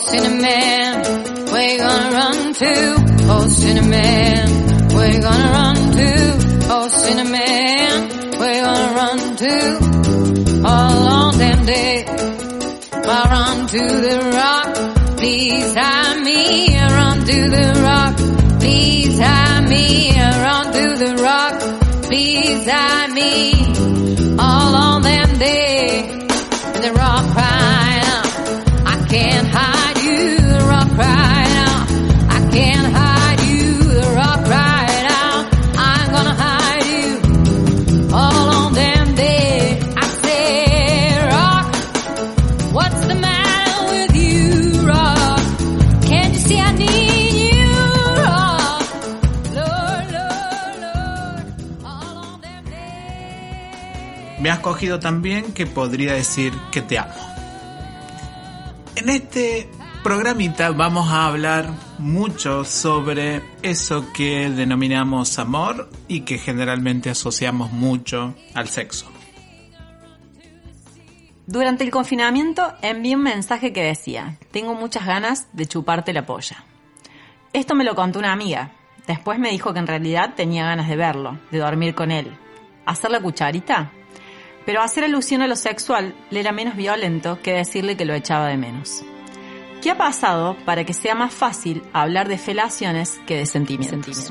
Cinnamon, where you gonna run to? Oh, Cinnamon, where you gonna run to? Oh, Cinnamon, where you gonna run to? All on them days, I run to the rock. Please hide me, run to the rock. Please hide me, run to the rock. Please hide me. All on them days, the rock crying out, I can't hide you. The rock crying out, I can't hide you. The rock crying out, I'm gonna hide you. All on them days, I say, rock, what's the matter with you, rock? Can't you see I need you, rock? Lord, Lord, Lord, all on them days. Me has cogido también que podría decir que te amo. En este programita vamos a hablar mucho sobre eso que denominamos amor y que generalmente asociamos mucho al sexo. Durante el confinamiento envié un mensaje que decía: tengo muchas ganas de chuparte la polla. Esto me lo contó una amiga. Después me dijo que en realidad tenía ganas de verlo, de dormir con él. ¿Hacer la cucharita? Pero hacer alusión a lo sexual le era menos violento que decirle que lo echaba de menos. ¿Qué ha pasado para que sea más fácil hablar de felaciones que de sentimientos?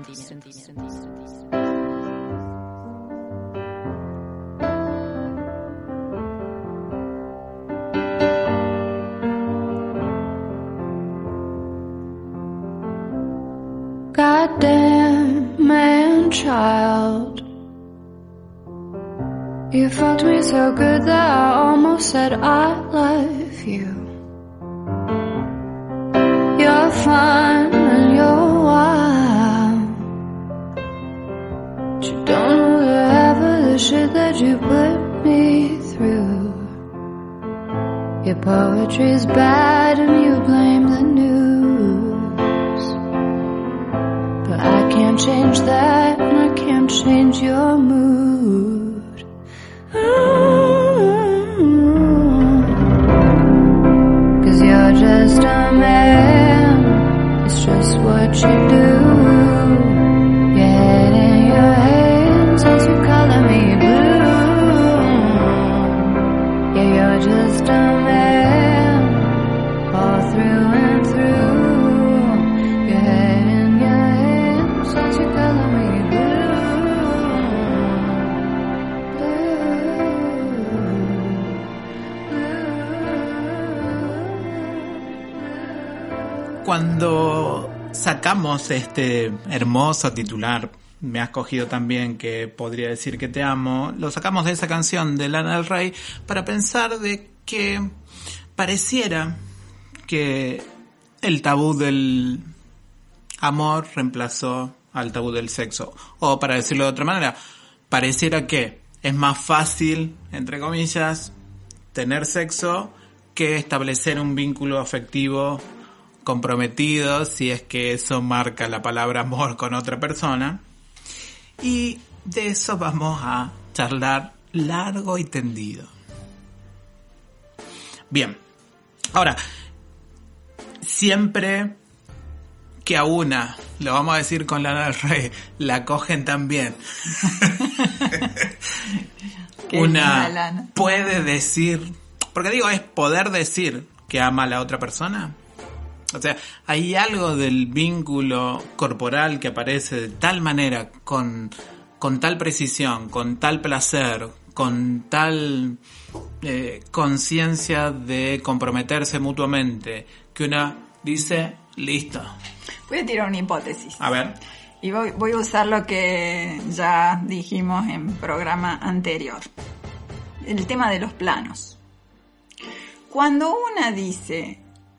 Goddamn man-child, you fucked me so good that I almost said I love you. You're fun and you're wild, but you don't know the half of the shit that you put me through. Your poetry's bad and you blame the news, but I can't change that and I can't change your mood. Cause you're just a man, it's just what you do. Your head in your hands as you color me blue. Yeah, you're just a man, all through and through. Your head in your hands as you color me blue. Cuando sacamos este hermoso titular, me has cogido también que podría decir que te amo, lo sacamos de esa canción de Lana del Rey para pensar de que pareciera que el tabú del amor reemplazó al tabú del sexo. O para decirlo de otra manera, pareciera que es más fácil, entre comillas, tener sexo que establecer un vínculo afectivo comprometido, si es que eso marca la palabra amor con otra persona. Y de eso vamos a charlar largo y tendido. Bien, ahora, siempre que a una, lo vamos a decir con Lana del Rey, la cogen también. Una puede decir, porque digo, es poder decir que ama a la otra persona. O sea, hay algo del vínculo corporal que aparece de tal manera, con tal precisión, con tal placer, con tal conciencia de comprometerse mutuamente, que una dice, listo. Voy a tirar una hipótesis. A ver. Y voy a usar lo que ya dijimos en programa anterior. El tema de los planos. Cuando una dice,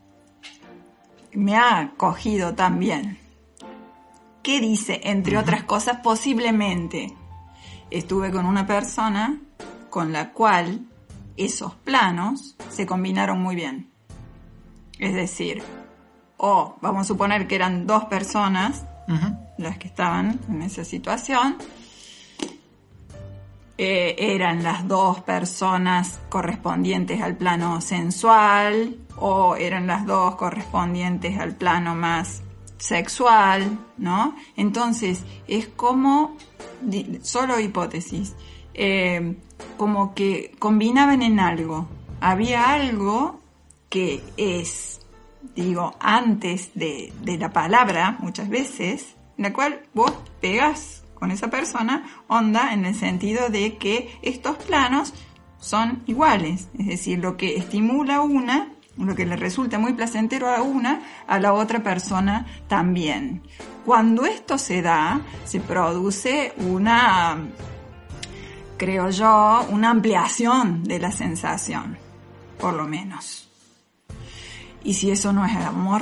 me ha cogido tan bien, ¿qué dice? Entre otras cosas, posiblemente estuve con una persona con la cual esos planos se combinaron muy bien. Es decir, vamos a suponer que eran dos personas las que estaban en esa situación, eran las dos personas correspondientes al plano sensual o eran las dos correspondientes al plano más sexual, ¿no? Entonces es como, solo hipótesis, como que combinaban en algo. Había algo que es, digo, antes de la palabra, muchas veces, en la cual vos pegás con esa persona, onda en el sentido de que estos planos son iguales. Es decir, lo que estimula una, lo que le resulta muy placentero a la otra persona también. Cuando esto se da, se produce una, creo yo, una ampliación de la sensación, por lo menos. Y si eso no es el amor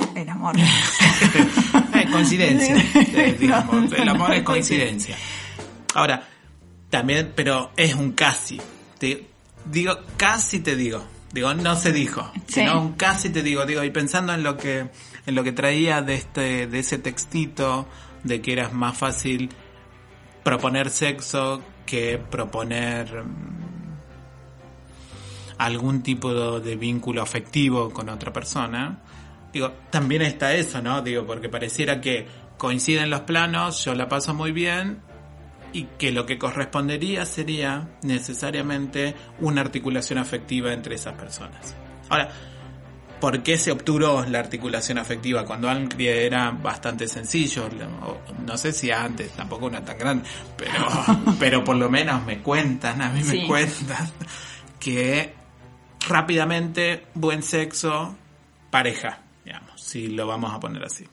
es coincidencia, digamos, el amor es coincidencia. Ahora, también, pero es un casi. Casi te digo, no se dijo, sí, sino un casi te digo, y pensando en lo que traía de ese textito, de que era más fácil proponer sexo que proponer algún tipo de vínculo afectivo con otra persona. También está eso, ¿no? Porque pareciera que coinciden los planos, yo la paso muy bien, y que lo que correspondería sería necesariamente una articulación afectiva entre esas personas. Ahora, ¿por qué se obturó la articulación afectiva cuando antes era bastante sencillo? No sé si antes, tampoco una tan grande, pero por lo menos a mí me cuentan que rápidamente buen sexo, pareja, digamos, si lo vamos a poner así.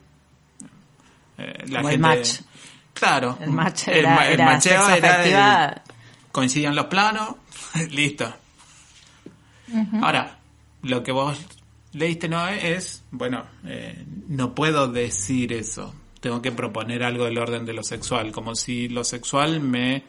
La gente, el match. Claro. El match el macheo era coincidían los planos, listo. Uh-huh. Ahora, lo que vos leíste, ¿no? Es, no puedo decir eso. Tengo que proponer algo del orden de lo sexual, como si lo sexual me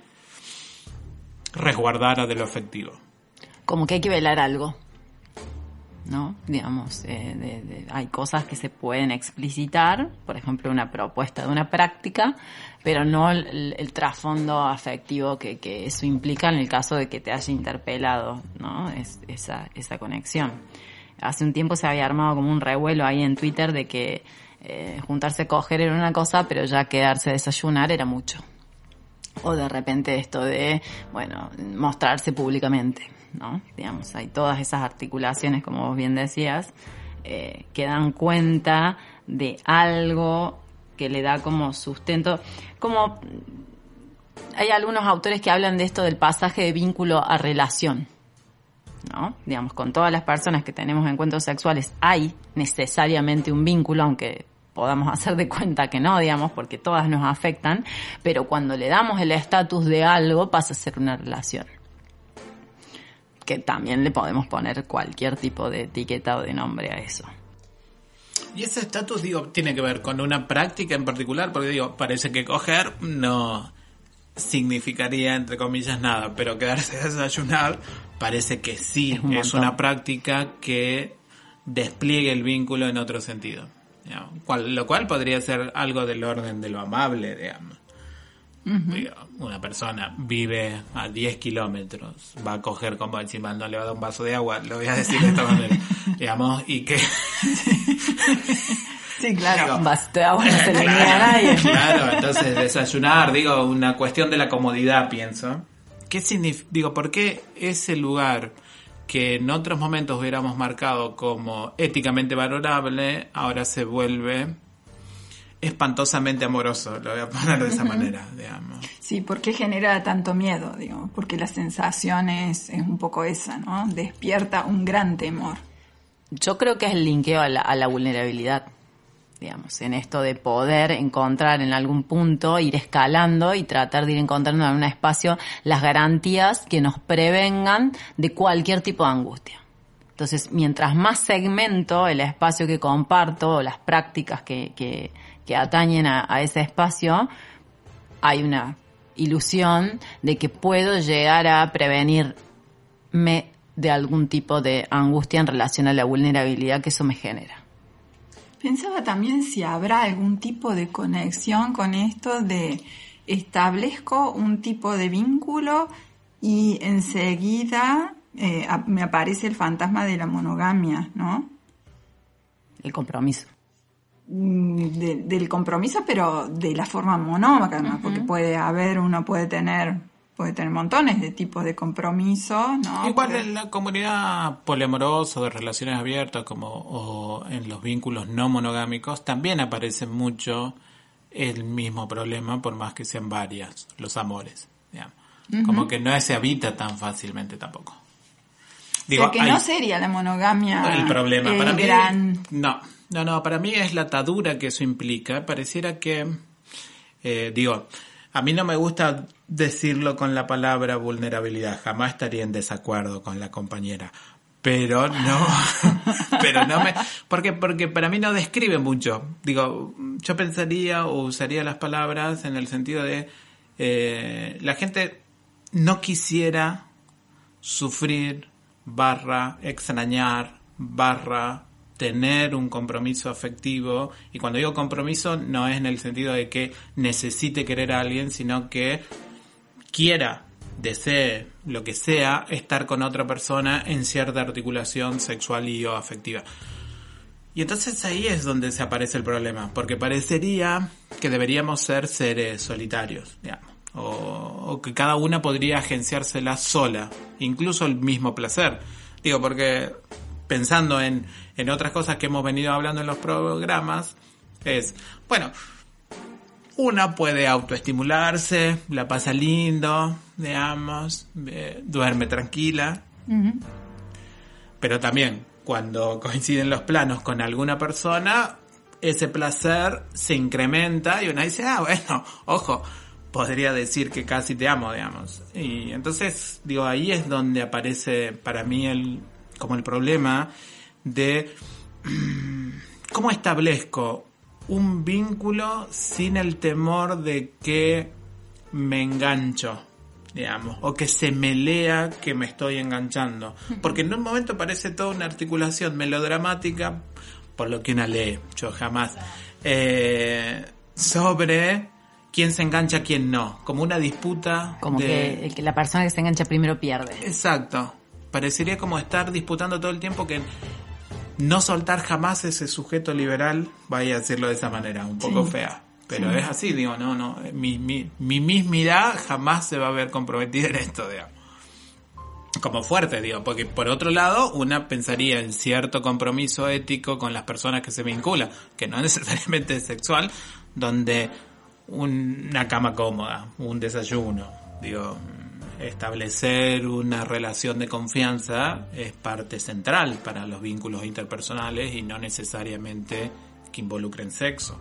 resguardara de lo afectivo. Como que hay que velar algo, ¿no? Digamos, hay cosas que se pueden explicitar, por ejemplo, una propuesta de una práctica, pero no el trasfondo afectivo que eso implica en el caso de que te haya interpelado, ¿no? Esa conexión. Hace un tiempo se había armado como un revuelo ahí en Twitter de que juntarse a coger era una cosa, pero ya quedarse a desayunar era mucho. O de repente esto de, mostrarse públicamente, ¿no? Digamos, hay todas esas articulaciones, como vos bien decías, que dan cuenta de algo que le da como sustento. Como hay algunos autores que hablan de esto del pasaje de vínculo a relación, ¿no? Digamos, con todas las personas que tenemos encuentros sexuales hay necesariamente un vínculo, aunque podamos hacer de cuenta que no, digamos, porque todas nos afectan, pero cuando le damos el estatus de algo pasa a ser una relación. Que también le podemos poner cualquier tipo de etiqueta o de nombre a eso. Y ese estatus, tiene que ver con una práctica en particular, porque parece que coger no significaría, entre comillas, nada, pero quedarse a desayunar parece que sí, es una práctica que despliegue el vínculo en otro sentido. Lo cual podría ser algo del orden de lo amable, digamos. Uh-huh. Una persona vive a 10 kilómetros, va a coger como encima, no le va a dar un vaso de agua, lo voy a decir de esta manera, digamos, y que... Sí, claro, un vaso de agua no se le niega a nadie. Claro, entonces desayunar, una cuestión de la comodidad, pienso. ¿Qué significa? ¿Por qué ese lugar que en otros momentos hubiéramos marcado como éticamente valorable, ahora se vuelve espantosamente amoroso? Lo voy a poner de esa manera, digamos. Sí, ¿por qué genera tanto miedo? Porque la sensación es un poco esa, ¿no? Despierta un gran temor. Yo creo que es el linkeo a la vulnerabilidad, digamos, en esto de poder encontrar en algún punto, ir escalando y tratar de ir encontrando en un espacio las garantías que nos prevengan de cualquier tipo de angustia. Entonces, mientras más segmento el espacio que comparto, o las prácticas que atañen a ese espacio, hay una ilusión de que puedo llegar a prevenirme de algún tipo de angustia en relación a la vulnerabilidad que eso me genera. Pensaba también si habrá algún tipo de conexión con esto de establezco un tipo de vínculo y enseguida me aparece el fantasma de la monogamia, ¿no? El compromiso. Del compromiso, pero de la forma monógama, porque uno puede tener montones de tipos de compromiso, ¿no? Igual en la comunidad poliamorosa, de relaciones abiertas, o en los vínculos no monogámicos, también aparece mucho el mismo problema, por más que sean varias, los amores, digamos. Como que no se habita tan fácilmente tampoco. Digo, o sea, que no sería la monogamia el problema. Para mí, gran... No, para mí es la atadura que eso implica. Pareciera que, a mí no me gusta decirlo con la palabra vulnerabilidad, jamás estaría en desacuerdo con la compañera. Pero no porque para mí no describe mucho. Digo, yo pensaría o usaría las palabras en el sentido de la gente no quisiera sufrir / extrañar / tener un compromiso afectivo, y cuando digo compromiso no es en el sentido de que necesite querer a alguien, sino que quiera, desee, lo que sea, estar con otra persona en cierta articulación sexual y o afectiva. Y entonces ahí es donde se aparece el problema, porque parecería que deberíamos ser seres solitarios, digamos, o que cada una podría agenciársela sola, incluso el mismo placer. Digo, porque pensando en otras cosas que hemos venido hablando en los programas, es, bueno, una puede autoestimularse, la pasa lindo, digamos, duerme tranquila, pero también cuando coinciden los planos con alguna persona, ese placer se incrementa y una dice, bueno, ojo, podría decir que casi te amo, digamos. Y entonces, digo, ahí es donde aparece para mí el problema de cómo establezco un vínculo sin el temor de que me engancho, digamos, o que se me lea que me estoy enganchando. Porque en un momento parece toda una articulación melodramática, por lo que una lee, yo jamás, sobre quién se engancha, quién no, como una disputa. Como que la persona que se engancha primero pierde. Exacto. Parecería como estar disputando todo el tiempo que no soltar jamás ese sujeto liberal, vaya a decirlo de esa manera, un poco fea. Pero es así, digo, no, mi mismidad jamás se va a ver comprometida en esto, digamos. Como fuerte, digo, porque por otro lado, una pensaría en cierto compromiso ético con las personas que se vinculan, que no necesariamente es sexual, donde una cama cómoda, un desayuno, digo, establecer una relación de confianza es parte central para los vínculos interpersonales y no necesariamente que involucren sexo.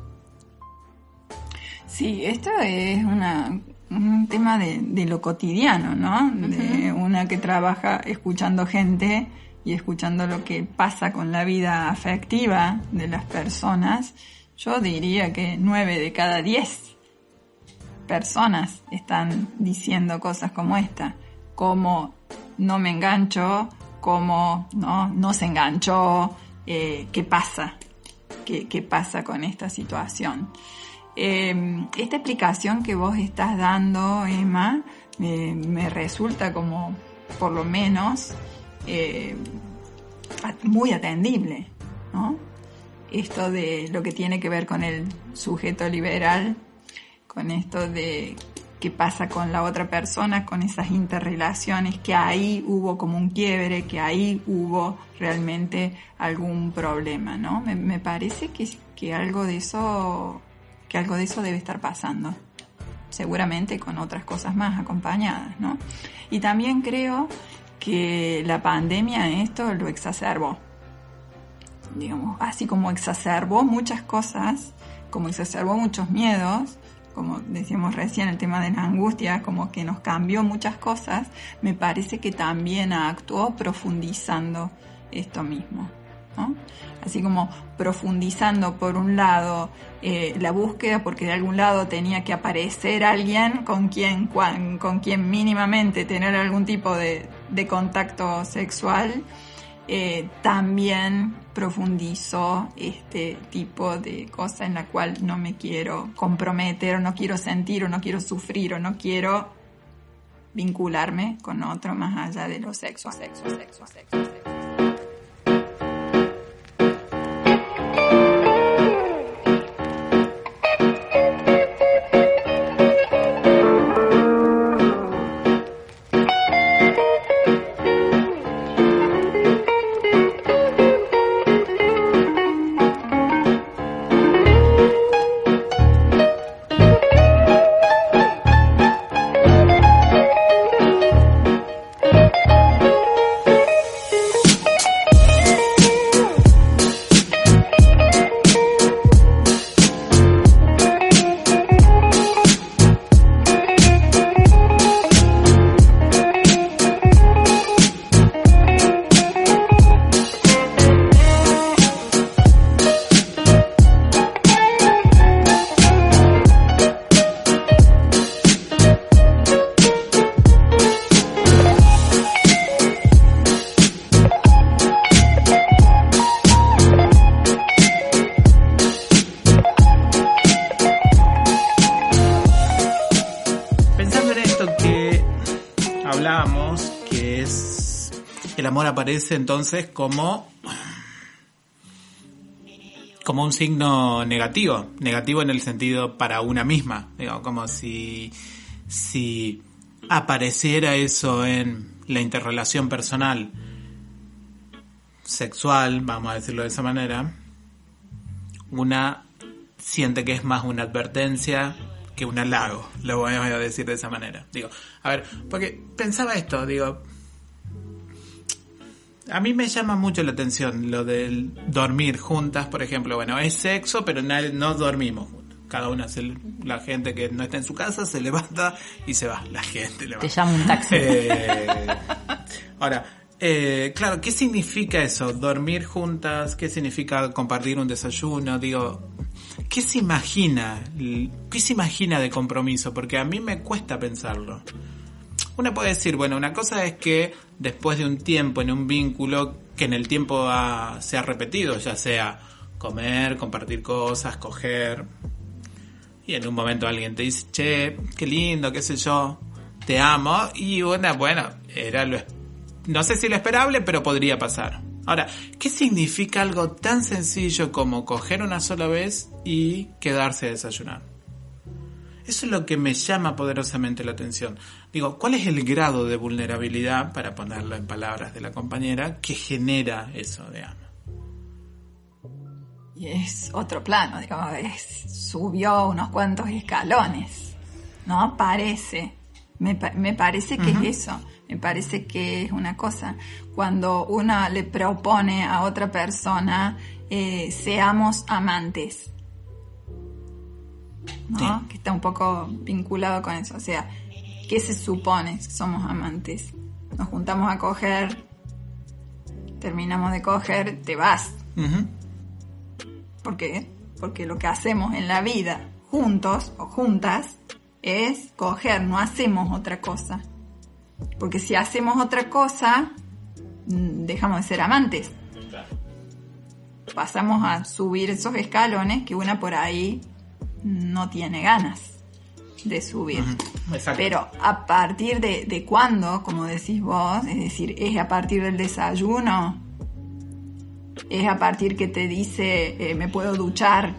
Sí, esto es un tema de lo cotidiano, ¿no? De una que trabaja escuchando gente y escuchando lo que pasa con la vida afectiva de las personas. Yo diría que 9 de cada 10 personas están diciendo cosas como esta, como no me engancho, como no se enganchó, ¿qué pasa? ¿Qué pasa con esta situación? Esta explicación que vos estás dando, Emma, me resulta como, por lo menos, muy atendible, ¿no? Esto de lo que tiene que ver con el sujeto liberal, con esto de qué pasa con la otra persona, con esas interrelaciones, que ahí hubo como un quiebre, que ahí hubo realmente algún problema, ¿no? Me parece que algo de eso debe estar pasando, seguramente con otras cosas más acompañadas, ¿no? Y también creo que la pandemia esto lo exacerbó, digamos, así como exacerbó muchas cosas, como exacerbó muchos miedos, como decíamos recién, el tema de la angustia, como que nos cambió muchas cosas, me parece que también actuó profundizando esto mismo, ¿no? Así como profundizando por un lado la búsqueda, porque de algún lado tenía que aparecer alguien con quien mínimamente tener algún tipo de contacto sexual, también profundizó este tipo de cosa en la cual no me quiero comprometer, o no quiero sentir, o no quiero sufrir, o no quiero vincularme con otro más allá de lo sexo. Aparece entonces como un signo negativo en el sentido para una misma, digo, como si apareciera eso en la interrelación personal sexual, vamos a decirlo de esa manera, una siente que es más una advertencia que un halago, lo voy a decir de esa manera. Digo, a ver, porque pensaba esto, digo, a mí me llama mucho la atención lo del dormir juntas, por ejemplo. Bueno, es sexo, pero no dormimos juntos. Cada una, la gente que no está en su casa se levanta y se va. La gente levanta. Te llama un taxi. Ahora, claro, ¿qué significa eso? Dormir juntas, ¿qué significa compartir un desayuno? Digo, ¿qué se imagina de compromiso? Porque a mí me cuesta pensarlo. Uno puede decir, bueno, una cosa es que después de un tiempo en un vínculo que en el tiempo se ha repetido, ya sea comer, compartir cosas, coger, y en un momento alguien te dice, che, qué lindo, qué sé yo, te amo, y bueno, era no sé si lo esperable, pero podría pasar. Ahora, ¿qué significa algo tan sencillo como coger una sola vez y quedarse a desayunar? Eso es lo que me llama poderosamente la atención. Digo, ¿cuál es el grado de vulnerabilidad, para ponerlo en palabras de la compañera, que genera eso, digamos? Y es otro plano, digamos, subió unos cuantos escalones, ¿no? Me parece que es eso, me parece que es una cosa. Cuando uno le propone a otra persona, seamos amantes, ¿no? Sí. Que está un poco vinculado con eso. O sea, ¿qué se supone que somos amantes? Nos juntamos a coger, terminamos de coger, te vas. Uh-huh. ¿Por qué? Porque lo que hacemos en la vida, juntos o juntas, es coger, no hacemos otra cosa. Porque si hacemos otra cosa, dejamos de ser amantes. Pasamos a subir esos escalones que una por ahí no tiene ganas de subir. Uh-huh. Pero a partir de cuándo, como decís vos, es decir, es a partir del desayuno, es a partir que te dice me puedo duchar,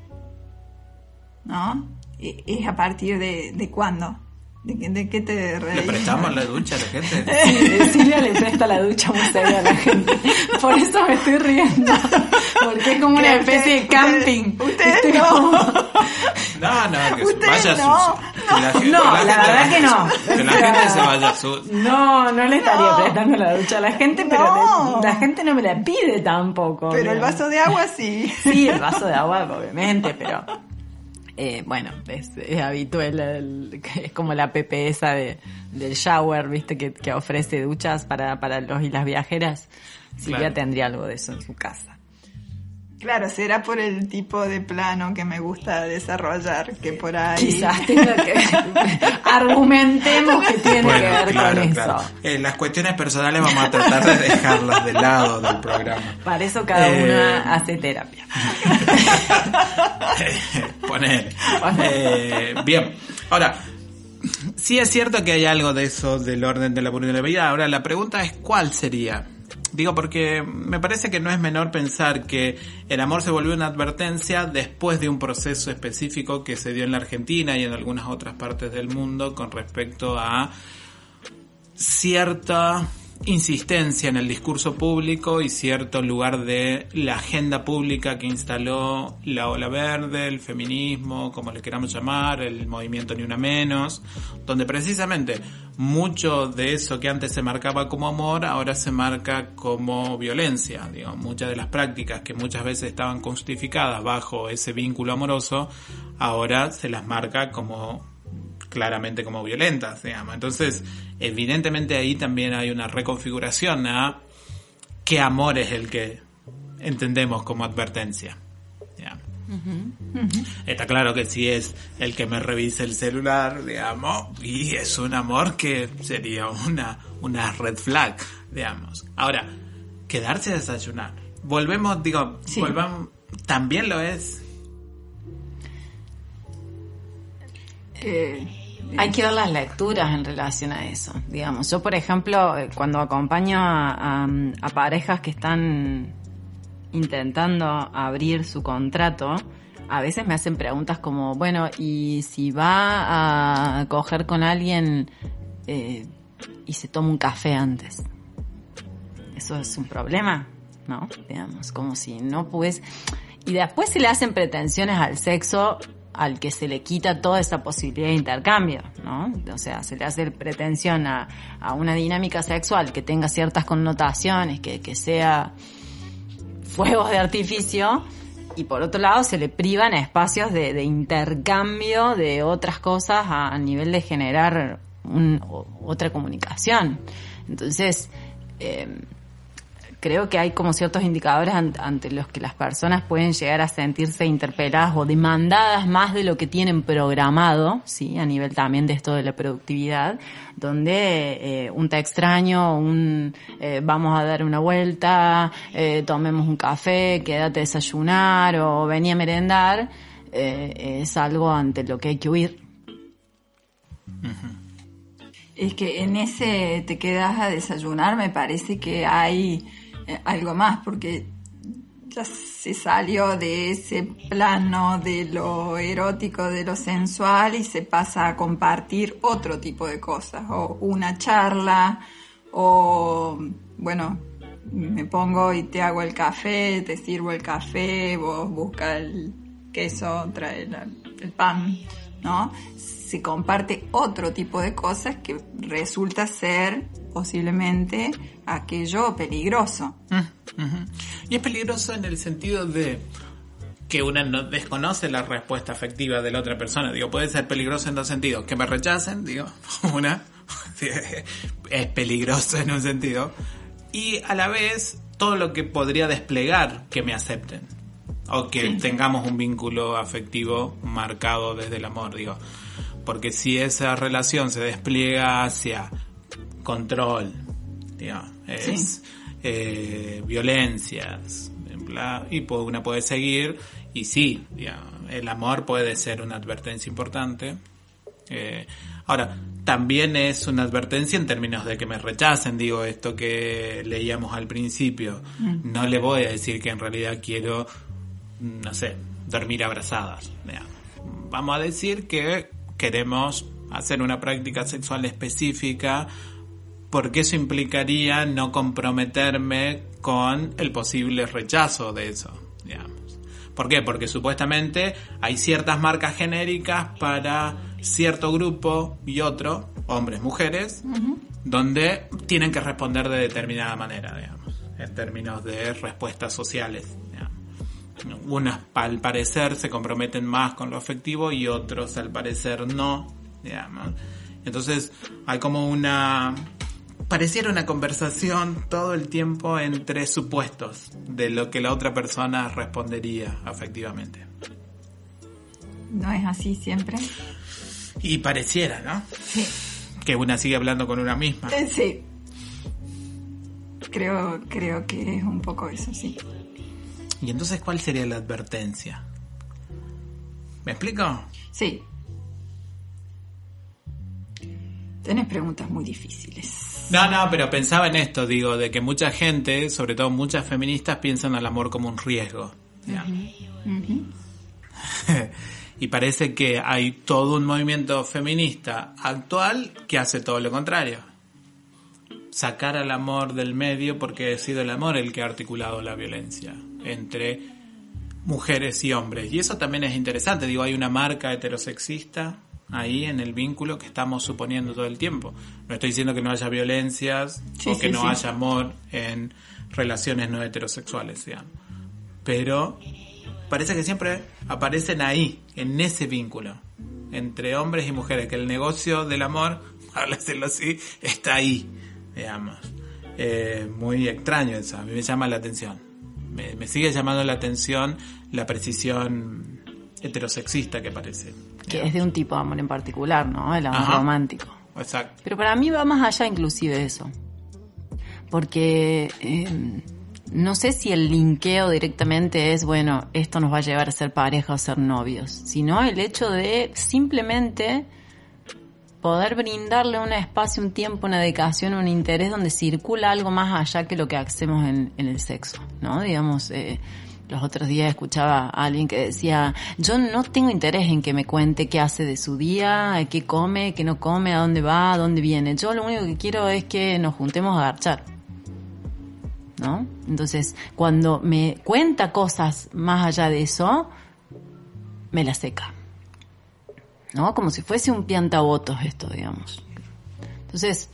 ¿no? Es a partir de cuándo. ¿De qué te reís? ¿Le prestamos la ducha a la gente? Sí, Silvia le presta la ducha muy seguido a la gente. Por eso me estoy riendo. Porque es como una especie de camping. Usted no. No, que se vaya sucio. No, la verdad que no. Que la gente se vaya sucia. No le estaría prestando la ducha a la gente, pero la gente no me la pide tampoco. Pero el vaso de agua sí. Sí, el vaso de agua obviamente, pero... bueno, es habitual, es como la PP esa del shower, viste, que ofrece duchas para los y las viajeras. Silvia tendría algo de eso en su casa. Claro, será por el tipo de plano que me gusta desarrollar, que por ahí... Quizás tenga que... Argumentemos que tiene que ver con eso. Las cuestiones personales vamos a tratar de dejarlas de lado del programa. Para eso cada una hace terapia. Poner. Bien, ahora, Sí es cierto que hay algo de eso, del orden de la vulnerabilidad. Ahora, la pregunta es ¿cuál sería? Digo, porque me parece que no es menor pensar que el amor se volvió una advertencia después de un proceso específico que se dio en la Argentina y en algunas otras partes del mundo con respecto a cierta insistencia en el discurso público y cierto lugar de la agenda pública que instaló la ola verde, el feminismo, como le queramos llamar, el movimiento Ni Una Menos, donde precisamente mucho de eso que antes se marcaba como amor ahora se marca como violencia. Digo, muchas de las prácticas que muchas veces estaban justificadas bajo ese vínculo amoroso ahora se las marca como claramente como violentas, digamos. Entonces, evidentemente ahí también hay una reconfiguración a qué amor es el que entendemos como advertencia. Digamos. Está claro que si es el que me revise el celular, digamos, y es un amor que sería una red flag, digamos. Ahora, quedarse a desayunar. Volvemos, también lo es. Hay que ver las lecturas en relación a eso. Digamos, yo por ejemplo, cuando acompaño a parejas que están intentando abrir su contrato, a veces me hacen preguntas como, bueno, ¿y si va a coger con alguien y se toma un café antes? ¿Eso es un problema? ¿No? Digamos, como si no puedes... Y después se le hacen pretensiones al sexo al que se le quita toda esa posibilidad de intercambio, ¿no? O sea, se le hace pretensión a una dinámica sexual que tenga ciertas connotaciones, que sea fuegos de artificio, y por otro lado se le privan espacios de intercambio de otras cosas a nivel de generar otra comunicación. Entonces, creo que hay como ciertos indicadores ante los que las personas pueden llegar a sentirse interpeladas o demandadas más de lo que tienen programado, ¿sí? A nivel también de esto de la productividad, donde un te extraño, vamos a dar una vuelta, tomemos un café, quédate a desayunar o vení a merendar, es algo ante lo que hay que huir. Es que en ese te quedas a desayunar me parece que hay algo más, porque ya se salió de ese plano de lo erótico, de lo sensual, y se pasa a compartir otro tipo de cosas, o una charla, o bueno, me pongo y te hago el café, te sirvo el café, vos busca el queso, trae el pan, ¿no? Se comparte otro tipo de cosas que resulta ser posiblemente aquello peligroso. Y es peligroso en el sentido de que una no desconoce la respuesta afectiva de la otra persona. Digo, puede ser peligroso en dos sentidos. Que me rechacen, digo, es peligroso en un sentido. Y a la vez, todo lo que podría desplegar que me acepten. O que tengamos un vínculo afectivo marcado desde el amor, digo. Porque si esa relación se despliega hacia control, digo, es violencias, y una puede seguir, y sí, digo, el amor puede ser una advertencia importante. Ahora, también es una advertencia en términos de que me rechacen, digo, esto que leíamos al principio. No le voy a decir que en realidad quiero, no sé, dormir abrazadas. Digamos. Vamos a decir que queremos hacer una práctica sexual específica porque eso implicaría no comprometerme con el posible rechazo de eso, digamos. ¿Por qué? Porque supuestamente hay ciertas marcas genéricas para cierto grupo y otro, hombres, mujeres, donde tienen que responder de determinada manera, digamos, en términos de respuestas sociales, digamos. Unas al parecer se comprometen más con lo afectivo y otros al parecer no, digamos. Entonces hay como pareciera una conversación todo el tiempo entre supuestos de lo que la otra persona respondería afectivamente. ¿No es así siempre? Y pareciera, ¿no? Sí. Que una sigue hablando con una misma. Sí. Creo que es un poco eso, sí. ¿Y entonces cuál sería la advertencia? ¿Me explico? Sí. Tenés preguntas muy difíciles. No, pero pensaba en esto, digo, de que mucha gente, sobre todo muchas feministas, piensan al amor como un riesgo. Y parece que hay todo un movimiento feminista actual que hace todo lo contrario. Sacar al amor del medio, porque ha sido el amor el que ha articulado la violencia entre mujeres y hombres. Y eso también es interesante, digo, hay una marca heterosexista ahí en el vínculo que estamos suponiendo todo el tiempo. No estoy diciendo que no haya violencias o que no haya amor en relaciones no heterosexuales, digamos. Pero parece que siempre aparecen ahí, en ese vínculo entre hombres y mujeres, que el negocio del amor, para decirlo así, está ahí, digamos. Muy extraño eso, a mí me llama la atención. Me sigue llamando la atención la precisión heterosexista que parece. Que es de un tipo de amor en particular, ¿no? El amor romántico. Exacto. Pero para mí va más allá inclusive de eso. Porque no sé si el linkeo directamente es, bueno, esto nos va a llevar a ser pareja o ser novios, sino el hecho de simplemente poder brindarle un espacio, un tiempo, una dedicación, un interés donde circula algo más allá que lo que hacemos en el sexo, ¿no? Digamos, los otros días escuchaba a alguien que decía, yo no tengo interés en que me cuente qué hace de su día, qué come, qué no come, a dónde va, a dónde viene. Yo lo único que quiero es que nos juntemos a garchar, ¿no? Entonces, cuando me cuenta cosas más allá de eso, me la seca, ¿no? Como si fuese un piantabotos esto, digamos. Entonces,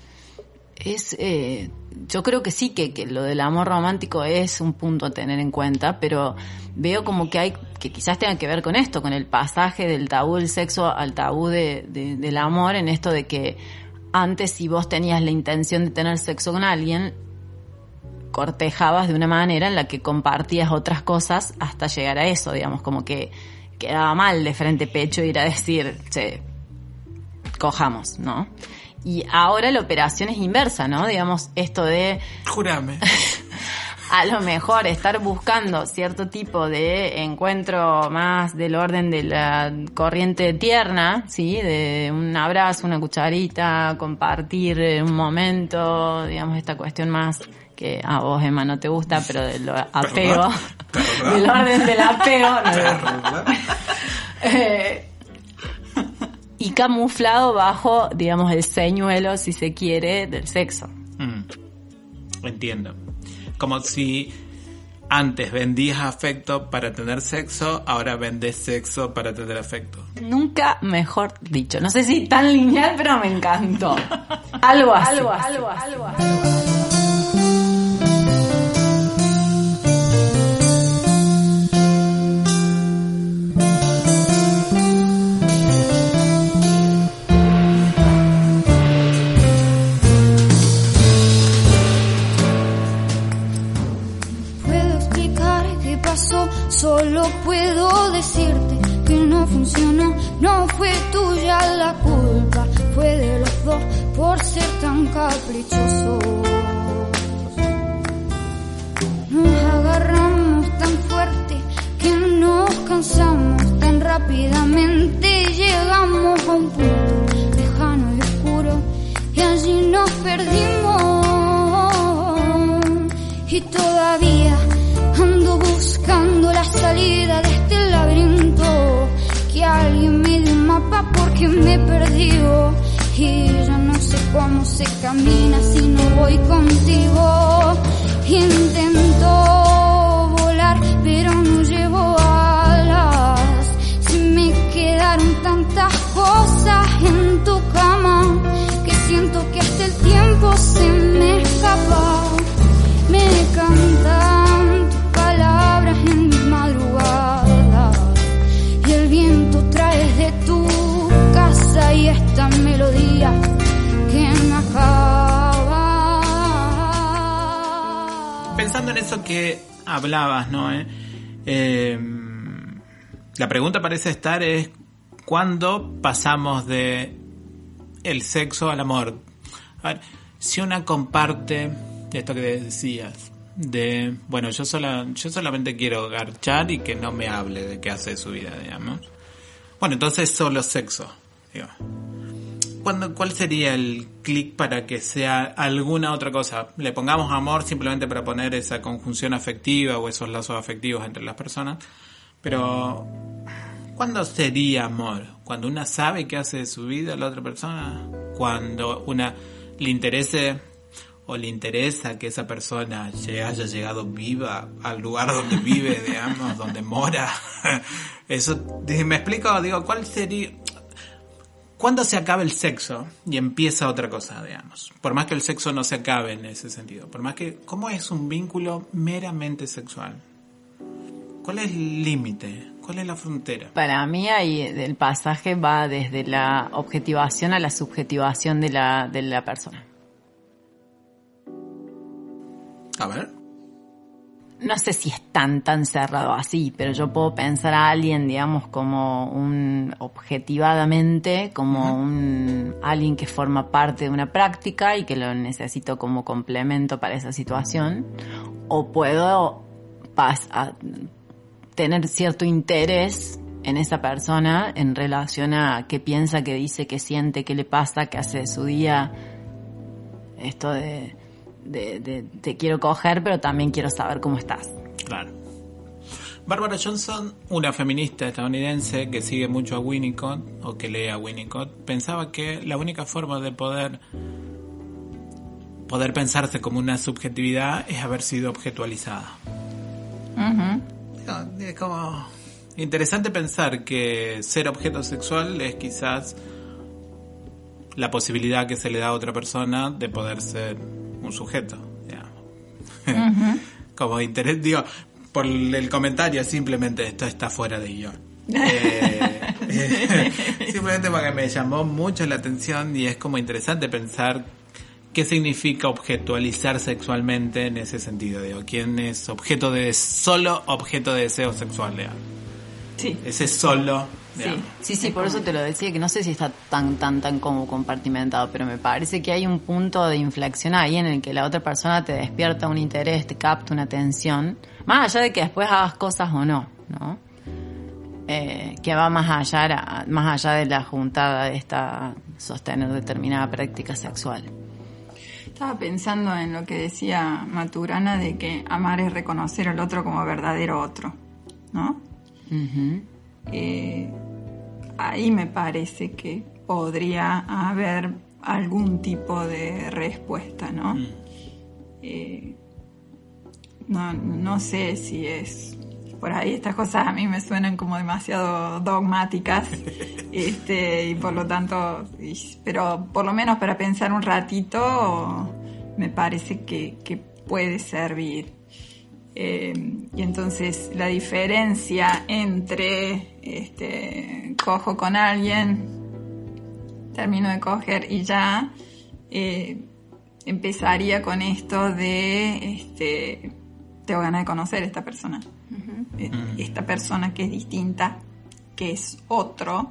yo creo que sí, que lo del amor romántico es un punto a tener en cuenta, pero veo como que que quizás tenga que ver con esto, con el pasaje del tabú del sexo al tabú del amor, en esto de que antes, si vos tenías la intención de tener sexo con alguien, cortejabas de una manera en la que compartías otras cosas hasta llegar a eso, digamos, como que quedaba mal de frente pecho ir a decir, che, cojamos, ¿no? Y ahora la operación es inversa, ¿no? Digamos, esto de... Júrame. A lo mejor estar buscando cierto tipo de encuentro más del orden de la corriente tierna, ¿sí? De un abrazo, una cucharita, compartir un momento, digamos, esta cuestión más que a vos, Emma, no te gusta, pero del apego, del orden del apego. Y camuflado bajo, digamos, el señuelo, si se quiere, del sexo. Entiendo. Como si antes vendías afecto para tener sexo, ahora vendes sexo para tener afecto. Nunca mejor dicho. No sé si tan lineal, pero me encantó. Algo así. Solo puedo decirte que no funcionó, no fue tuya la culpa, fue de los dos por ser tan caprichosos. Nos agarramos tan fuerte que nos cansamos tan rápidamente, llegamos a un punto lejano y oscuro y allí nos perdimos. Y todavía ando buscando la salida de este laberinto, que alguien me dé un mapa porque me he perdido y ya no sé cómo se camina si no voy contigo. Intento volar pero no llevo alas, se me quedaron tantas cosas en tu cama que siento que hasta el tiempo se me escapa. Me cantan tus palabras en mis madrugadas y el viento trae de tu casa y esta melodía que me acaba. Pensando en eso que hablabas, ¿no? La pregunta parece estar es ¿cuándo pasamos de el sexo al amor? A ver, si una comparte esto que decías, de, bueno, yo solamente quiero garchar y que no me hable de qué hace de su vida, digamos. Bueno, entonces solo sexo, digo. ¿Cuál sería el clic para que sea alguna otra cosa? Le pongamos amor simplemente para poner esa conjunción afectiva o esos lazos afectivos entre las personas. Pero, ¿cuándo sería amor? ¿Cuando una sabe qué hace de su vida a la otra persona? ¿Cuando una le interese o le interesa que esa persona haya llegado viva al lugar donde vive, digamos, donde mora? Eso, ¿me explico? Digo, ¿cuál sería? ¿Cuándo se acaba el sexo y empieza otra cosa, digamos? Por más que el sexo no se acabe en ese sentido. Por más que, ¿cómo es un vínculo meramente sexual? ¿Cuál es el límite? ¿Cuál es la frontera? Para mí ahí el pasaje va desde la objetivación a la subjetivación de la persona. A ver. No sé si es tan cerrado así, pero yo puedo pensar a alguien, digamos, como objetivadamente, como alguien que forma parte de una práctica y que lo necesito como complemento para esa situación, o puedo tener cierto interés en esa persona en relación a qué piensa, qué dice, qué siente, qué le pasa, qué hace de su día, esto de te quiero coger, pero también quiero saber cómo estás. Claro. Barbara Johnson, una feminista estadounidense que sigue mucho a Winnicott, o que lee a Winnicott, pensaba que la única forma de poder pensarse como una subjetividad es haber sido objetualizada. Es como interesante pensar que ser objeto sexual es quizás la posibilidad que se le da a otra persona de poder ser un sujeto, digamos. Como interés, digo, por el comentario simplemente esto está fuera de guión. Simplemente porque me llamó mucho la atención y es como interesante pensar qué significa objetualizar sexualmente en ese sentido. Digo, ¿quién es solo objeto de deseo sexual? Digamos. Sí. Ese solo. Sí, por eso te lo decía, que no sé si está tan como compartimentado, pero me parece que hay un punto de inflexión ahí en el que la otra persona te despierta un interés, te capta una atención, más allá de que después hagas cosas o no, ¿no? Que va más allá de la juntada esta sostener determinada práctica sexual. Estaba pensando en lo que decía Maturana de que amar es reconocer al otro como verdadero otro, ¿no? Ahí me parece que podría haber algún tipo de respuesta, ¿no? No sé si es... Por ahí estas cosas a mí me suenan como demasiado dogmáticas, y por lo tanto... Pero por lo menos para pensar un ratito me parece que puede servir. Y entonces la diferencia entre cojo con alguien, termino de coger y ya, empezaría con esto de tengo ganas de conocer a esta persona. Esta persona que es distinta, que es otro,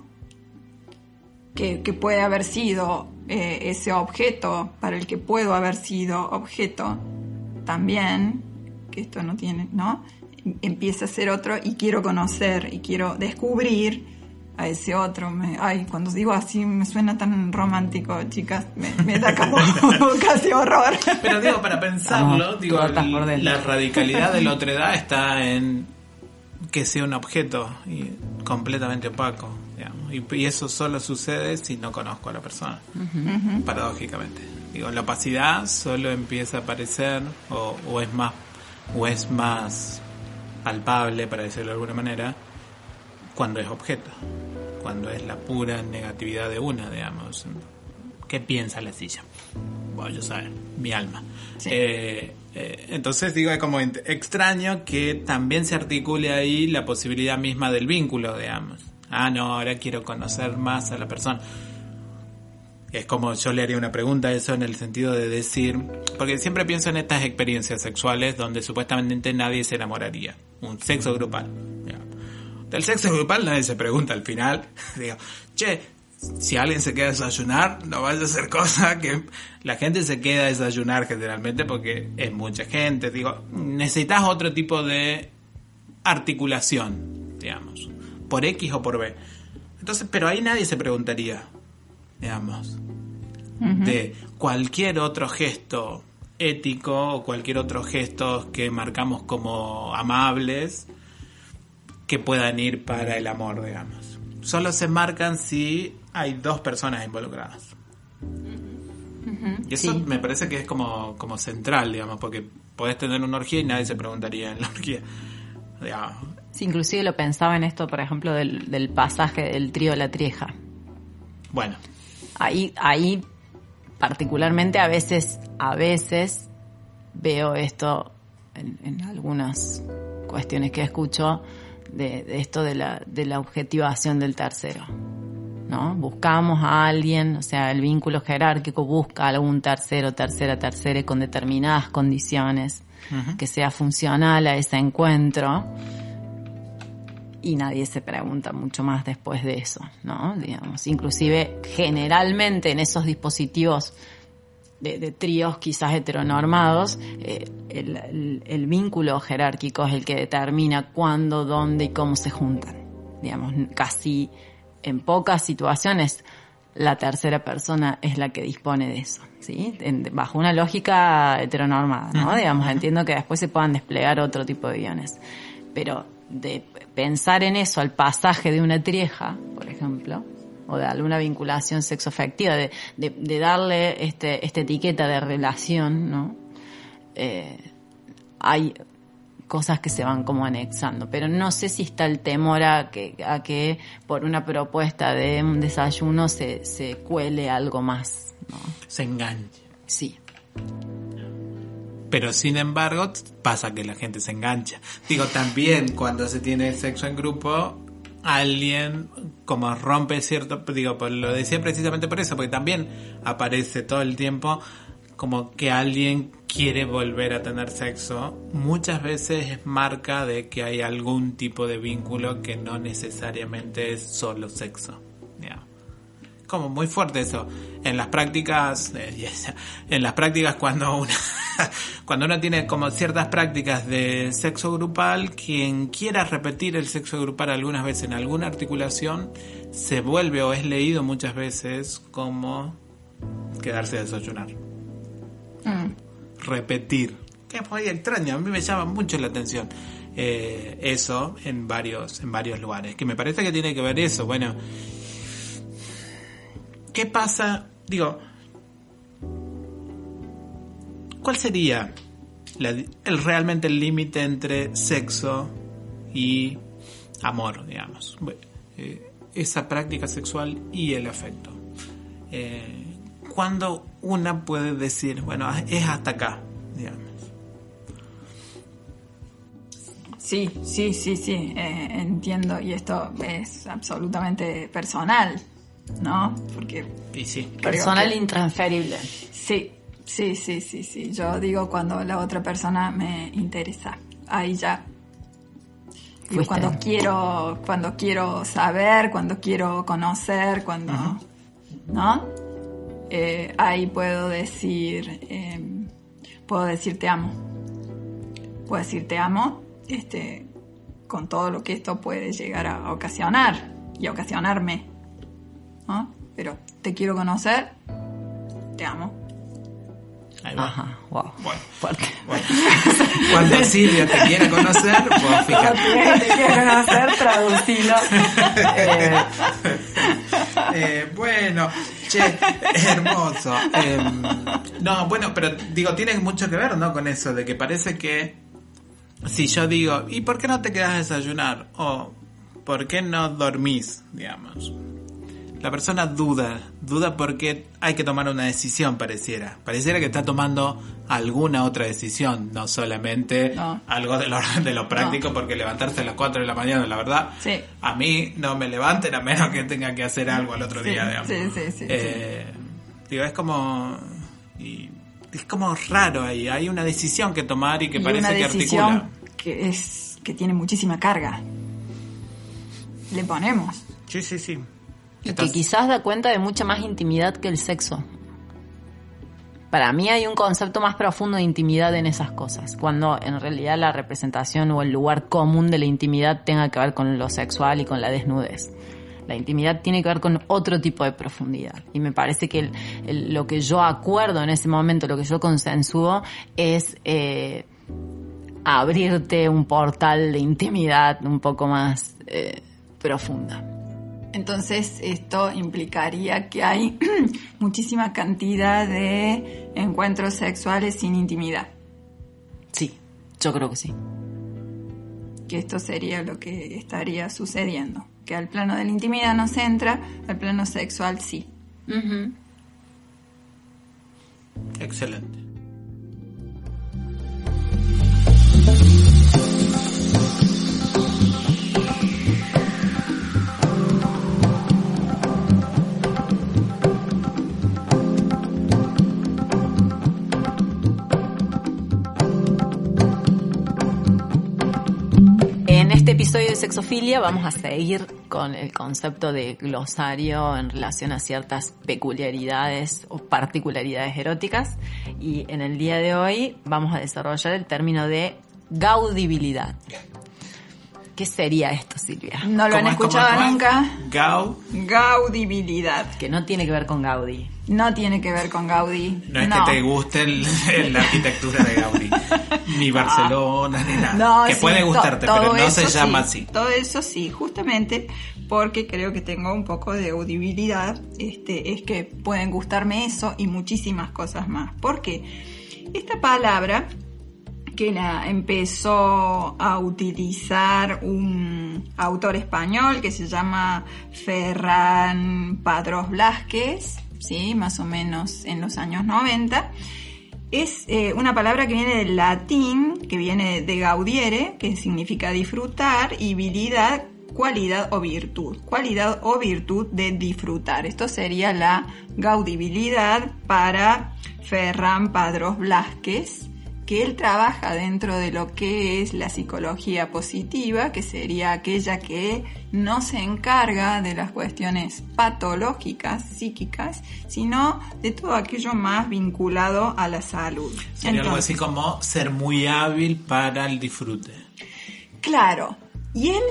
que puede haber sido ese objeto para el que puedo haber sido objeto también, que esto no tiene, ¿no? Empieza a ser otro y quiero conocer y quiero descubrir a ese otro. Cuando digo así me suena tan romántico, chicas, me da como casi horror. Pero digo, para pensarlo, la radicalidad de la otredad está en que sea un objeto y completamente opaco, digamos. Y eso solo sucede si no conozco a la persona, paradójicamente. Digo, la opacidad solo empieza a aparecer o es más palpable, para decirlo de alguna manera, cuando es objeto, cuando es la pura negatividad de una, digamos. ¿Qué piensa la silla? Bueno, yo saber, mi alma. Sí. Entonces digo, es como extraño que también se articule ahí la posibilidad misma del vínculo, digamos. No, ahora quiero conocer más a la persona. Es como yo le haría una pregunta a eso en el sentido de decir, porque siempre pienso en estas experiencias sexuales donde supuestamente nadie se enamoraría, un sexo grupal. Del sexo grupal nadie se pregunta al final, digo, si alguien se queda a desayunar, no vaya a ser cosa que la gente se queda a desayunar generalmente porque es mucha gente, digo, necesitas otro tipo de articulación, digamos, por X o por B. Entonces, pero ahí nadie se preguntaría, digamos, de cualquier otro gesto ético o cualquier otro gesto que marcamos como amables que puedan ir para el amor, digamos. Solo se marcan si hay dos personas involucradas. Y eso Sí. me parece que es como central, digamos, porque podés tener una orgía y nadie se preguntaría en la orgía. Digamos. Sí, inclusive lo pensaba en esto, por ejemplo, del pasaje del trío de la Trieja. Bueno, Ahí particularmente a veces veo esto en algunas cuestiones que escucho de esto de la objetivación del tercero, ¿no? Buscamos a alguien, o sea, el vínculo jerárquico busca a algún tercero con determinadas condiciones que sea funcional a ese encuentro. Y nadie se pregunta mucho más después de eso, ¿no? Digamos, inclusive generalmente en esos dispositivos de tríos quizás heteronormados, el vínculo jerárquico es el que determina cuándo, dónde y cómo se juntan. Digamos, casi en pocas situaciones la tercera persona es la que dispone de eso, ¿sí? Bajo una lógica heteronormada, ¿no? Digamos, entiendo que después se puedan desplegar otro tipo de guiones, pero de pensar en eso al pasaje de una trieja, por ejemplo, o de alguna vinculación sexoafectiva, de darle esta etiqueta de relación, ¿no? Hay cosas que se van como anexando, pero no sé si está el temor a que por una propuesta de un desayuno se cuele algo más, ¿no? se engancha. Sí. Pero sin embargo pasa que la gente se engancha. Digo, también cuando se tiene sexo en grupo, alguien como rompe cierto, digo, pues lo decía precisamente por eso, porque también aparece todo el tiempo como que alguien quiere volver a tener sexo. Muchas veces es marca de que hay algún tipo de vínculo que no necesariamente es solo sexo. Digamos. Como muy fuerte eso. En las prácticas cuando uno tiene como ciertas prácticas de sexo grupal, quien quiera repetir el sexo grupal algunas veces en alguna articulación, se vuelve o es leído muchas veces como quedarse a desayunar. Repetir. Que es muy extraño, a mí me llama mucho la atención eso en varios lugares. Que me parece que tiene que ver eso. Bueno, ¿qué pasa? Digo, ¿cuál sería realmente el límite entre sexo y amor, digamos? Esa práctica sexual y el afecto. ¿Cuándo una puede decir, bueno, es hasta acá, digamos? Sí, entiendo, y esto es absolutamente personal, ¿no? Porque Y sí. Personal intransferible. sí. Yo digo cuando la otra persona me interesa. Ahí ya. Digo, Fuiste. cuando quiero saber, cuando quiero conocer, cuando, ¿no? Ahí puedo decir te amo. Puedo decir te amo, con todo lo que esto puede llegar a ocasionar y a ocasionarme, ¿no? Pero te quiero conocer, te amo. Ahí va. Ajá, wow. Bueno. Fuerte. Bueno. Cuando Silvia te quiera conocer, vos fíjate. Te quiero conocer, traducilo. Bueno, che, hermoso. No, bueno, pero digo, tiene mucho que ver, ¿no? Con eso, de que parece que si yo digo, ¿y por qué no te quedas a desayunar? O ¿por qué no dormís? Digamos. La persona duda porque hay que tomar una decisión, pareciera que está tomando alguna otra decisión, no solamente algo de lo práctico, porque levantarse a las 4 de la mañana, la verdad, Sí. a mí no me levanten a menos que tenga que hacer algo al otro día, digamos. Sí. Digo, es como raro ahí, hay una decisión que tomar y que Y parece una que decisión articula. que tiene muchísima carga. Le ponemos. Sí. Y que quizás da cuenta de mucha más intimidad que el sexo. Para mí hay un concepto más profundo de intimidad en esas cosas, cuando en realidad la representación o el lugar común de la intimidad tenga que ver con lo sexual y con la desnudez. La intimidad tiene que ver con otro tipo de profundidad. Y me parece que lo que yo acuerdo en ese momento, lo que yo consensúo, es abrirte un portal de intimidad un poco más profunda. Entonces esto implicaría que hay muchísima cantidad de encuentros sexuales sin intimidad. Sí, yo creo que sí. Que esto sería lo que estaría sucediendo. Que al plano de la intimidad no se entra, al plano sexual sí. Uh-huh. Excelente. En este episodio de Sexofilia vamos a seguir con el concepto de glosario en relación a ciertas peculiaridades o particularidades eróticas, y en el día de hoy vamos a desarrollar el término de gaudibilidad. ¿Qué sería esto, Silvia? ¿No lo han escuchado nunca? Gaudibilidad. Que no tiene que ver con Gaudí. No tiene que ver con Gaudí. No es que te guste la arquitectura de Gaudí, ni Barcelona, ni nada. No, que sí, puede gustarte, pero no se llama sí, así. Todo eso sí, justamente porque creo que tengo un poco de audibilidad, es que pueden gustarme eso y muchísimas cosas más. Porque esta palabra, que la empezó a utilizar un autor español que se llama Ferran Padrós Blasquez, ¿sí? Más o menos en los años 90. Es una palabra que viene del latín, que viene de gaudiere, que significa disfrutar, y bilidad, cualidad o virtud. Cualidad o virtud de disfrutar. Esto sería la gaudibilidad para Ferran Padrós Blasquez, que él trabaja dentro de lo que es la psicología positiva, que sería aquella que no se encarga de las cuestiones patológicas, psíquicas, sino de todo aquello más vinculado a la salud. Sería algo así como ser muy hábil para el disfrute. Claro. Y él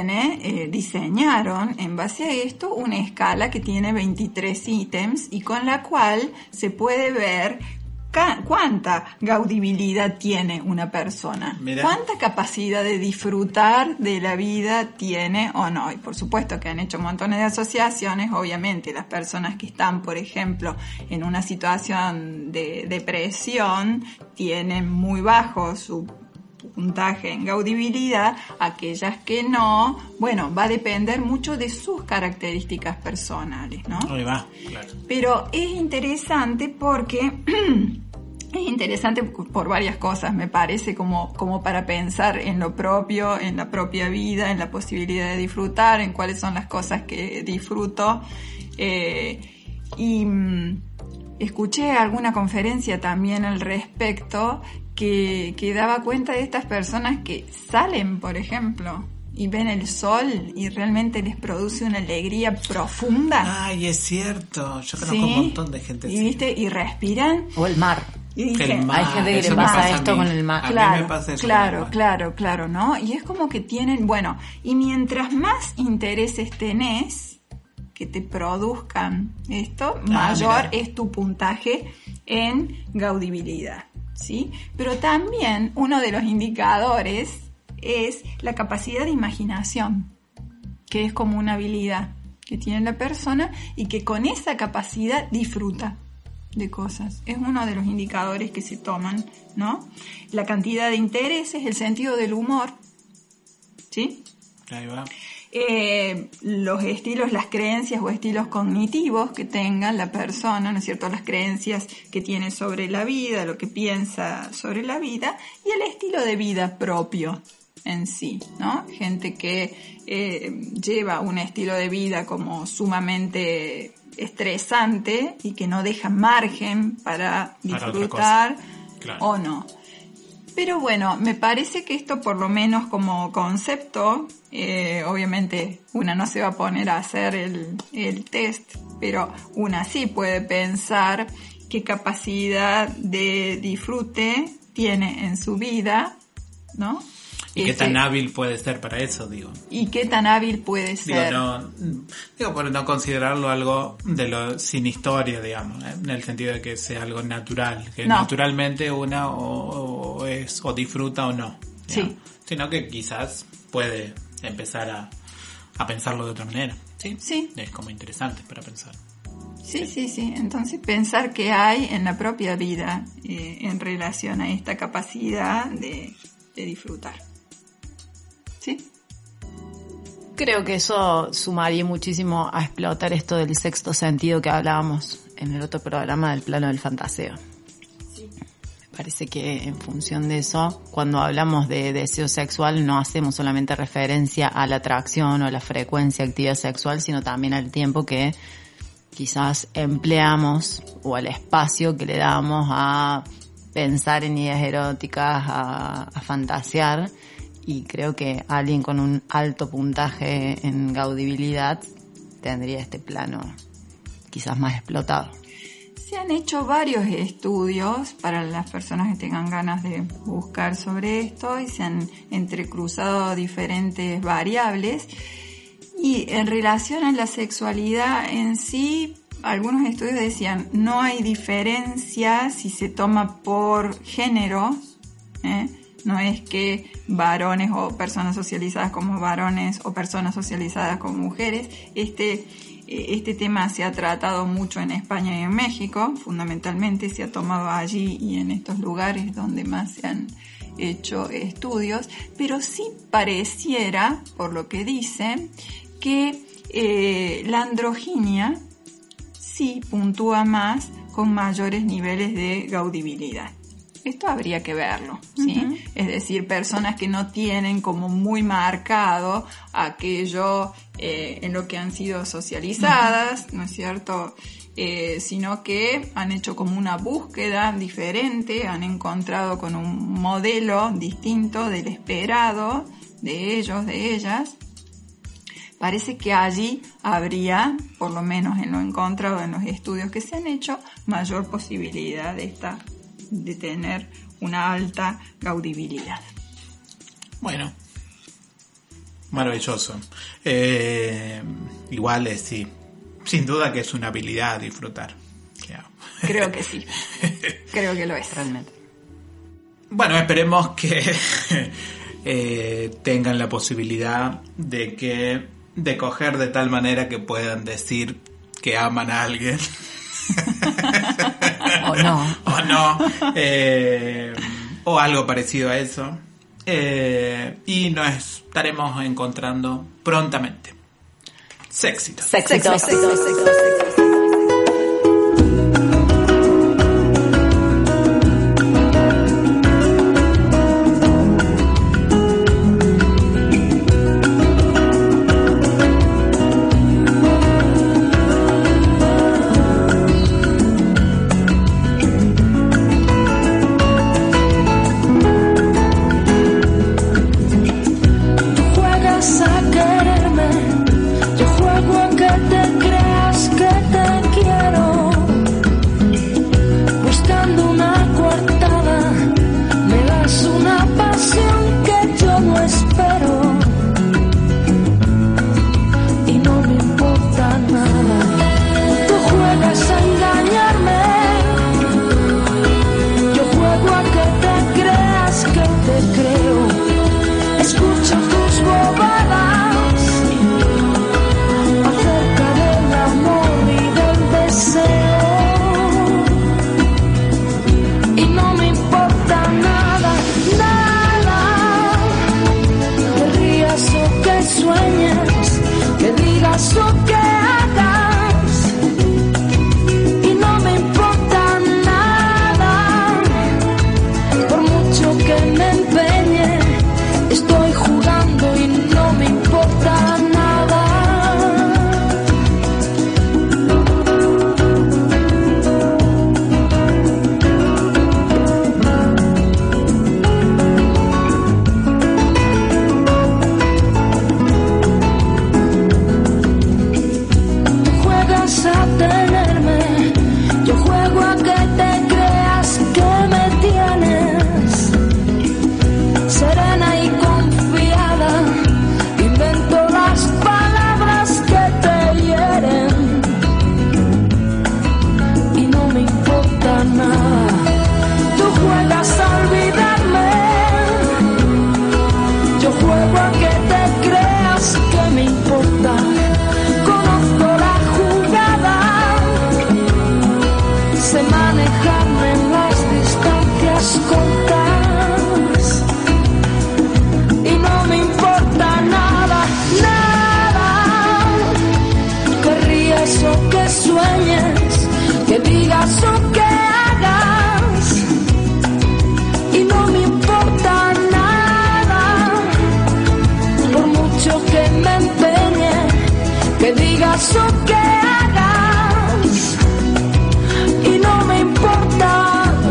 diseñaron en base a esto una escala que tiene 23 ítems y con la cual se puede ver cuánta gaudibilidad tiene una persona. Mira. Cuánta capacidad de disfrutar de la vida tiene o no. Y por supuesto que han hecho montones de asociaciones. Obviamente las personas que están, por ejemplo, en una situación de depresión tienen muy bajo su puntaje en gaudibilidad. Aquellas que no, bueno, va a depender mucho de sus características personales, ¿no? Ahí va, claro. Pero es interesante porque es interesante por varias cosas, me parece, como para pensar en lo propio, en la propia vida, en la posibilidad de disfrutar, en cuáles son las cosas que disfruto. Escuché alguna conferencia también al respecto que daba cuenta de estas personas que salen, por ejemplo, y ven el sol y realmente les produce una alegría profunda. Ay, es cierto. Yo conozco ¿Sí? un montón de gente y así. ¿viste? Y respiran. O el mar. Y dicen, El mar, hay gente que eso le me pasa a esto mí. con el mar. A mí Claro, me pasa eso con el mar. claro, ¿no? Y es como que tienen, bueno, y mientras más intereses tenés que te produzcan esto, mayor mira. es tu puntaje en gaudibilidad, ¿sí? Pero también uno de los indicadores es la capacidad de imaginación, que es como una habilidad que tiene la persona y que con esa capacidad disfruta de cosas. Es uno de los indicadores que se toman, ¿no? La cantidad de intereses, el sentido del humor, ¿sí? Ahí va. Los estilos, las creencias o estilos cognitivos que tenga la persona, ¿no es cierto? Las creencias que tiene sobre la vida, lo que piensa sobre la vida y el estilo de vida propio en sí, ¿no? Gente que lleva un estilo de vida como sumamente estresante y que no deja margen para disfrutar claro. o no. Pero bueno, me parece que esto por lo menos como concepto, obviamente una no se va a poner a hacer el test, pero una sí puede pensar qué capacidad de disfrute tiene en su vida, ¿no? ¿Y qué tan hábil puede ser para eso, digo? ¿Y qué tan hábil puede ser? Digo, por no considerarlo algo sin historia, digamos, en el sentido de que sea algo natural, que naturalmente una o disfruta o no, digamos, sino que quizás puede empezar a pensarlo de otra manera, ¿sí? Sí. Es como interesante para pensar. Sí. Entonces pensar qué hay en la propia vida en relación a esta capacidad de disfrutar. ¿Sí? Creo que eso sumaría muchísimo a explotar esto del sexto sentido que hablábamos en el otro programa del plano del fantaseo. Sí. Me parece que en función de eso, cuando hablamos de deseo sexual, no hacemos solamente referencia a la atracción o a la frecuencia de actividad sexual, sino también al tiempo que quizás empleamos o al espacio que le damos a pensar en ideas eróticas, a fantasear. Y creo que alguien con un alto puntaje en gaudibilidad tendría este plano quizás más explotado. Se han hecho varios estudios para las personas que tengan ganas de buscar sobre esto y se han entrecruzado diferentes variables. Y en relación a la sexualidad en sí, algunos estudios decían no hay diferencia si se toma por género, no es que varones o personas socializadas como varones o personas socializadas como mujeres. Este tema se ha tratado mucho en España y en México, fundamentalmente se ha tomado allí y en estos lugares donde más se han hecho estudios, pero sí pareciera, por lo que dice, que la androginia sí puntúa más con mayores niveles de gaudibilidad. Esto habría que verlo, ¿sí? Uh-huh. Es decir, personas que no tienen como muy marcado aquello en lo que han sido socializadas, uh-huh. ¿no es cierto? Sino que han hecho como una búsqueda diferente, han encontrado con un modelo distinto del esperado de ellos, de ellas. Parece que allí habría, por lo menos en lo encontrado en los estudios que se han hecho, mayor posibilidad de tener una alta gaudibilidad. Bueno, maravilloso. Igual sí, sin duda que es una habilidad disfrutar. Creo que sí, creo que lo es realmente. Bueno, esperemos que tengan la posibilidad de coger de tal manera que puedan decir que aman a alguien. O no. O algo parecido a eso. Y nos estaremos encontrando prontamente. Séxitos. Yo juego a que te creas que te digas o que hagas, y no me importa nada, por mucho que me empeñe, que digas o que hagas, y no me importa.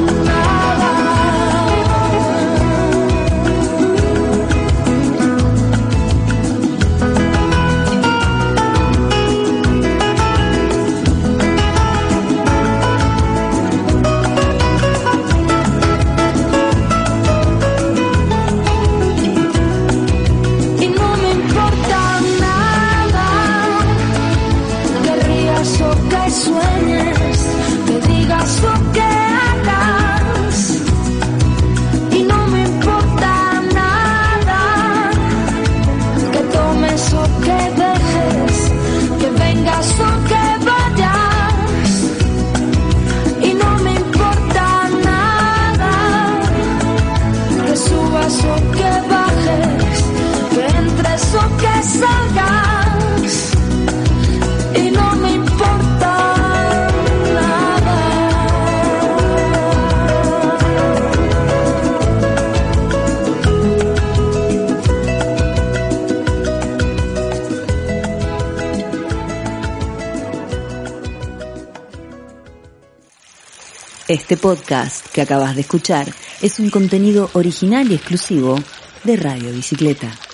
Sueñes, que digas o que hagas, y no me importa nada, que tomes o que dejes, que vengas o que vayas, y no me importa nada, que subas o que bajes, que entres o que salgas, y no me importa. Este podcast que acabas de escuchar es un contenido original y exclusivo de Radio Bicicleta.